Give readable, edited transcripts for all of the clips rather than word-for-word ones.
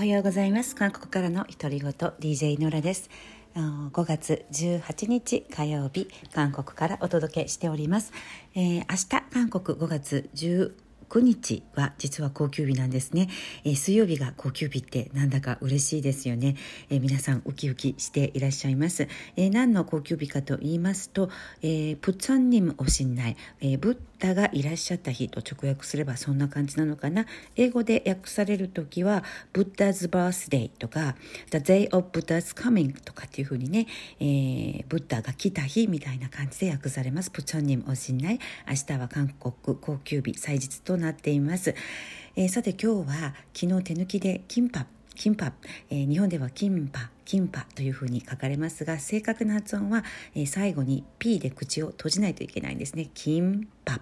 はようございます。韓国からの独り言 DJ ノラです。5月18日火曜日、韓国からお届けしております。明日韓国5月19日は実は高級日なんですね。水曜日が高級日ってなんだか嬉しいですよね。皆さんウキウキしていらっしゃいます。何の高級日かと言いますと、プチョンニムおしんない、ブッダがいらっしゃった日と直訳すればそんな感じなのかな。英語で訳されるときは Buddha's birthday とか The day of Buddha's coming とかっていう風にね、ブッダが来た日みたいな感じで訳されます。プチョンニムおしんない、明日は韓国高級日祭日となっています。さて今日は昨日手抜きでキンパ、日本ではキンパというふうに書かれますが、正確な発音は、最後に P で口を閉じないといけないんですね。キンパ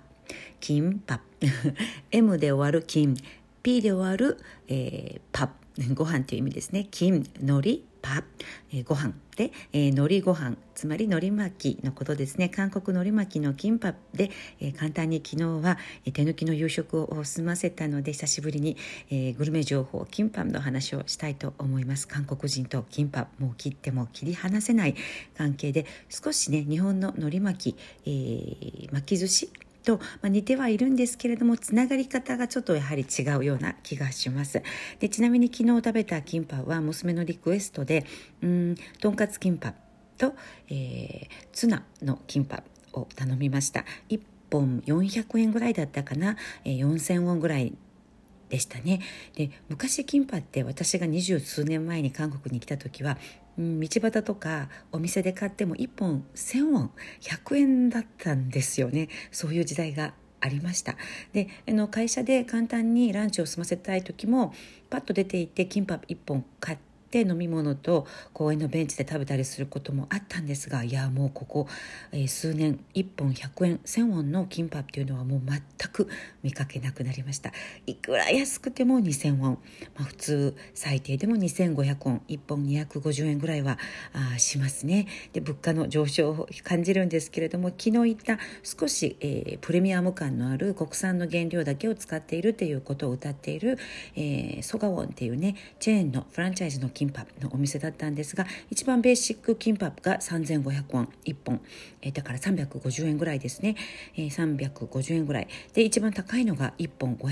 M で終わるキン、P で終わる、パご飯という意味ですね。金、海苔、パ、ご飯で、海苔ご飯、つまり海苔巻きのことですね。韓国海苔巻きのキンパで、簡単に昨日は、手抜きの夕食を済ませたので、久しぶりに、グルメ情報キンパの話をしたいと思います。韓国人とキンパ、もう切っても切り離せない関係で、少しね日本の海苔巻き、巻き寿司と、似てはいるんですけれども、つながり方がちょっとやはり違うような気がします。でちなみに昨日食べたキンパは娘のリクエストでとんかつキンパと、ツナのキンパを頼みました。1本400円ぐらいだったかな、4000ウォンぐらいでしたね。で昔キンパって私が20数年前に韓国に来た時は道端とかお店で買っても1本1000ウォン100円だったんですよね。そういう時代がありました。で会社で簡単にランチを済ませたい時もパッと出て行ってキンパ1本買って飲み物と公園のベンチで食べたりすることもあったんですが、いやもうここ、数年1本100円1000ウォンのキンパっていうのはもう全く見かけなくなりました。いくら安くても2000ウォン、普通最低でも2500ウォン、1本250円ぐらいはしますね。で物価の上昇を感じるんですけれども、昨日言った少し、プレミアム感のある国産の原料だけを使っているということを謳っている、ソガウォンっていうねチェーンのフランチャイズのキンパのお店だったんですが、一番ベーシックキンパが3500ウォン1本、だから350円ぐらいですね、350円ぐらいで、一番高いのが1本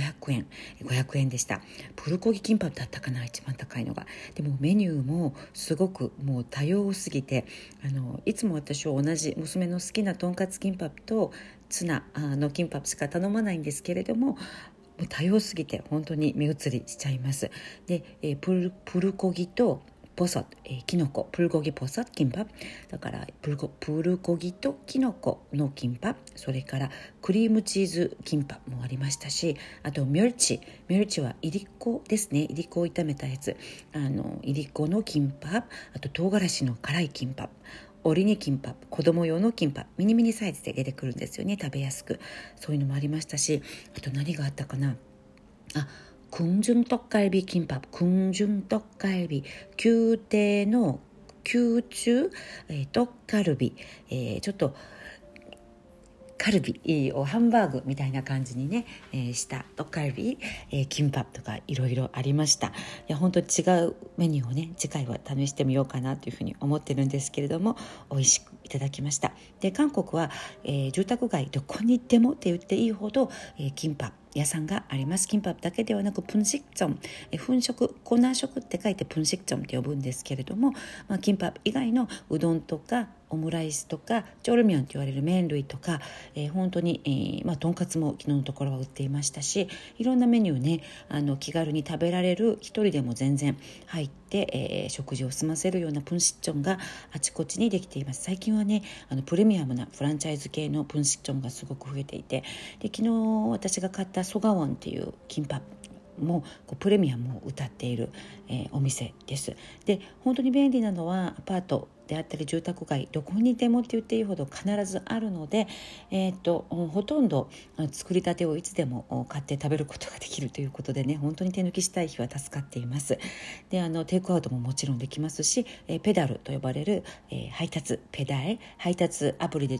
500円でした。プルコギキンパだったかな、一番高いのが。でもメニューもすごくもう多様すぎて、いつも私は同じ娘の好きなとんかつキンパとツナのキンパしか頼まないんですけれども、多様すぎて本当に目移りしちゃいます。で、プルコギとポソ、キノコ、プルコギポソキンパ、だからプルコギとキノコのキンパ、それからクリームチーズキンパもありましたし、あとミョルチはいりこですね、いりこを炒めたやつ、いりこのキンパ、あと唐辛子の辛いキンパ、オリニキンパ、子供用のキンパ、ミニサイズで出てくるんですよね、食べやすく。そういうのもありましたし、あと何があったかな、궁중떡갈비キンパ、궁중 떡갈비、宮廷の宮中、떡갈비、ちょっとカルビをハンバーグみたいな感じにね、したトッカルビ、キンパとかいろいろありました。いや本当に違うメニューをね次回は試してみようかなというふうに思ってるんですけれども、美味しくいただきました。で韓国は、住宅街どこに行ってもって言っていいほど、キンパ屋さんがあります。キンパだけではなく粉食って書いて粉食って呼ぶんですけれども、キンパ以外のうどんとかオムライスとかチョルミョンと言われる麺類とか、本当に、とんかつも昨日のところは売っていましたし、いろんなメニューね気軽に食べられる、一人でも全然入って、食事を済ませるようなプンシッチョンがあちこちにできています。最近はねプレミアムなフランチャイズ系のプンシッチョンがすごく増えていて、で昨日私が買ったソガウォンっていうキンパもプレミアムを謳っている、お店です。で本当に便利なのはアパートであったり住宅街どこにでもって言っていいほど必ずあるので、ほとんど作りたてをいつでも買って食べることができるということでね、本当に手抜きしたい日は助かっています。でテイクアウトももちろんできますし、ペダルと呼ばれる、配達アプリで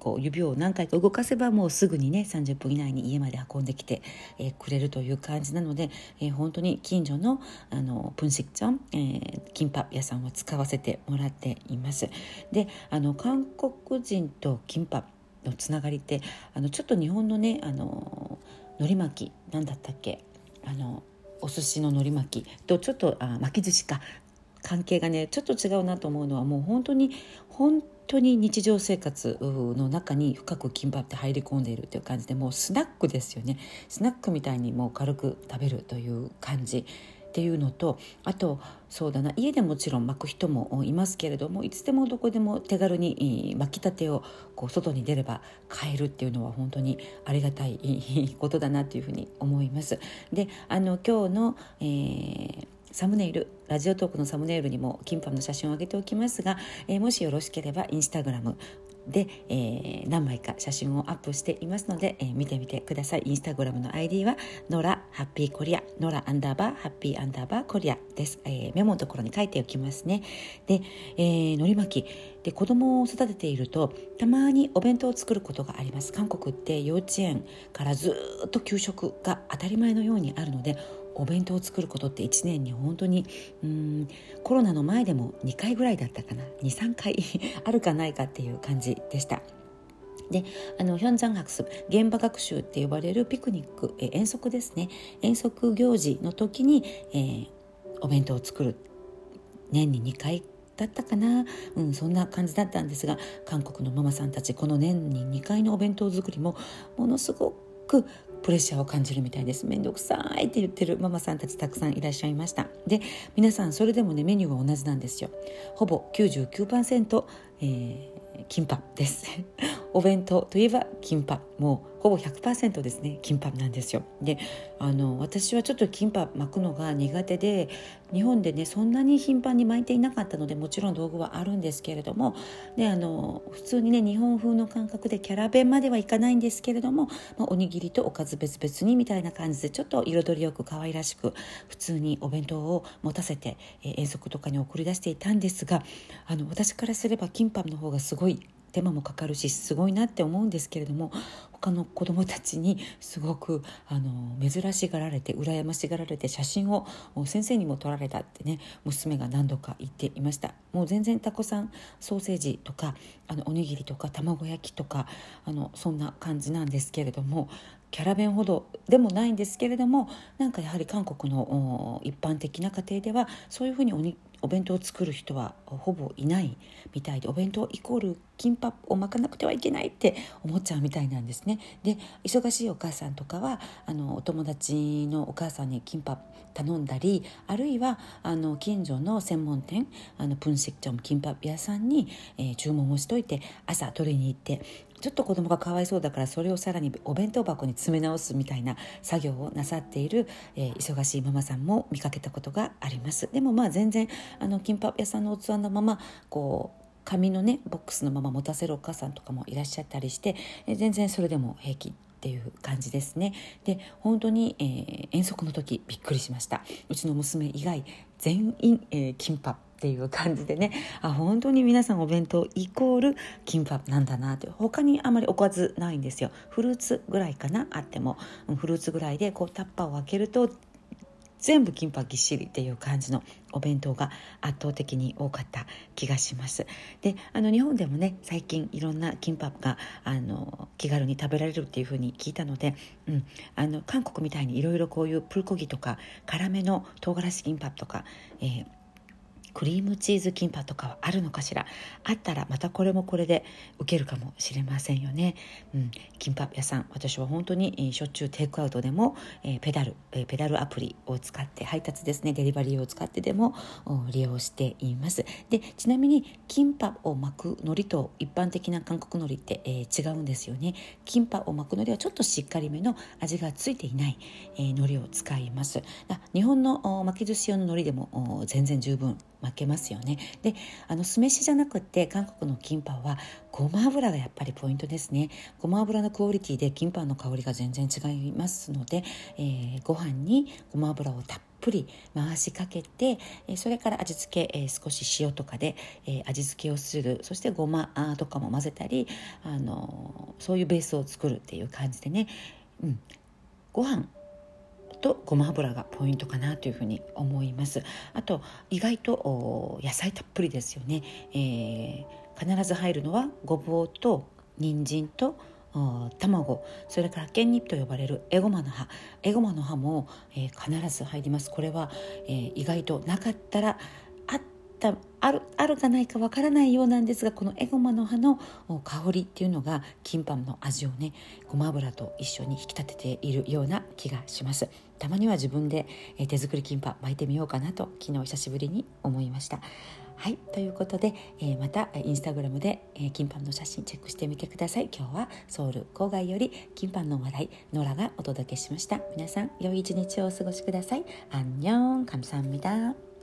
こう指を何回か動かせばもうすぐにね30分以内に家まで運んできて、くれるという感じなので、本当に近所のプンシクチョン、キンパ屋さんを使わせてもらっています。で韓国人とキンパのつながりってちょっと日本のね海苔巻きなんだったっけ、お寿司の海苔巻きとちょっと巻き寿司か関係がねちょっと違うなと思うのは、もう本当に日常生活の中に深くキンパって入り込んでいるという感じで、もうスナックですよね。スナックみたいにもう軽く食べるという感じっていうのと、あとそうだな、家でもちろん巻く人もいますけれども、いつでもどこでも手軽に巻きたてをこう外に出れば買えるっていうのは本当にありがたいことだなというふうに思います。で今日の、サムネイル、ラジオトークのサムネイルにもキンパの写真を上げておきますが、もしよろしければインスタグラムで、何枚か写真をアップしていますので、見てみてください。インスタグラムの ID はノラハッピーコリア、ノラアンダーバーハッピーアンダーバーコリアです。メモのところに書いておきますね。で、海苔巻きで子供を育てているとたまにお弁当を作ることがあります。韓国って幼稚園からずっと給食が当たり前のようにあるので、お弁当を作ることって1年に本当にコロナの前でも2回ぐらいだったかな、 2,3 回あるかないかっていう感じでした。で현장学習、現場学習って呼ばれるピクニック、遠足ですね、遠足行事の時に、お弁当を作る、年に2回だったかな、そんな感じだったんですが、韓国のママさんたちこの年に2回のお弁当作りもものすごくプレッシャーを感じるみたいです。めんどくさいって言ってるママさんたちたくさんいらっしゃいました。で皆さんそれでもねメニューは同じなんですよ。ほぼ 99%、キンパですお弁当といえばキンパ、もうほぼ 100% ですね、キンパなんですよ。で私はちょっとキンパ巻くのが苦手で、日本でねそんなに頻繁に巻いていなかったので、もちろん道具はあるんですけれども、で普通にね日本風の感覚でキャラ弁まではいかないんですけれども、おにぎりとおかず別々にみたいな感じで、ちょっと彩りよく可愛らしく普通にお弁当を持たせて、遠足とかに送り出していたんですが、私からすればキンパの方がすごい手間もかかるしすごいなって思うんですけれども、他の子どもたちにすごく珍しがられて羨ましがられて、写真を先生にも撮られたってね娘が何度か言っていました。もう全然タコさんソーセージとかおにぎりとか卵焼きとかそんな感じなんですけれども、キャラ弁ほどでもないんですけれども、なんかやはり韓国の一般的な家庭ではそういうふうにお弁当を作る人はほぼいないみたいで、お弁当イコールキンパを巻かなくてはいけないって思っちゃうみたいなんですね。で忙しいお母さんとかはお友達のお母さんにキンパ頼んだり、あるいは近所の専門店プンシクチョンキンパ屋さんに、注文をしといて朝取りに行って、ちょっと子供がかわいそうだからそれをさらにお弁当箱に詰め直すみたいな作業をなさっている、忙しいママさんも見かけたことがあります。でも全然キンパ屋さんの器のままこう紙のねボックスのまま持たせるお母さんとかもいらっしゃったりして、全然それでも平気っていう感じですね。で本当に、遠足の時びっくりしました。うちの娘以外全員、キンパっていう感じでね、本当に皆さんお弁当イコールキンパなんだなって。他にあまりおかずないんですよ。フルーツぐらいかな、あってもフルーツぐらいでこうタッパーを開けると全部キンパぎっしりっていう感じのお弁当が圧倒的に多かった気がします。で日本でもね最近いろんなキンパが気軽に食べられるっていう風に聞いたので、韓国みたいにいろいろこういうプルコギとか辛めの唐辛子キンパとか、クリームチーズキンパとかはあるのかしら。あったらまたこれもこれで受けるかもしれませんよね。キンパ屋さん、私は本当にしょっちゅうテイクアウトでも、ペダルアプリを使って配達ですね、デリバリーを使ってでも利用しています。でちなみにキンパを巻く海苔と一般的な韓国海苔って、違うんですよね。キンパを巻く海苔はちょっとしっかりめの味がついていない、海苔を使います。日本の巻き寿司用の海苔でも全然十分負けますよね。で酢飯じゃなくって韓国のキンパはごま油がやっぱりポイントですね。ごま油のクオリティでキンパの香りが全然違いますので、ご飯にごま油をたっぷぷり回しかけて、それから味付け、少し塩とかで、味付けをする。そしてごまとかも混ぜたり、そういうベースを作るっていう感じでね、ご飯とごま油がポイントかなというふうに思います。あと意外と野菜たっぷりですよね。必ず入るのはごぼうと人参と卵、それから剣肉と呼ばれるエゴマの葉も、必ず入ります。これは、意外となかったらあるかないかわからないようなんですが、このエゴマの葉の香りっていうのがキンパの味をね、ごま油と一緒に引き立てているような気がします。たまには自分で手作りキンパ巻いてみようかなと昨日久しぶりに思いました。はい、ということで、またインスタグラムで、キンパンの写真チェックしてみてください。今日はソウル郊外よりキンパンの話題ノラがお届けしました。皆さん良い一日をお過ごしください。アンニョン、감사합니다。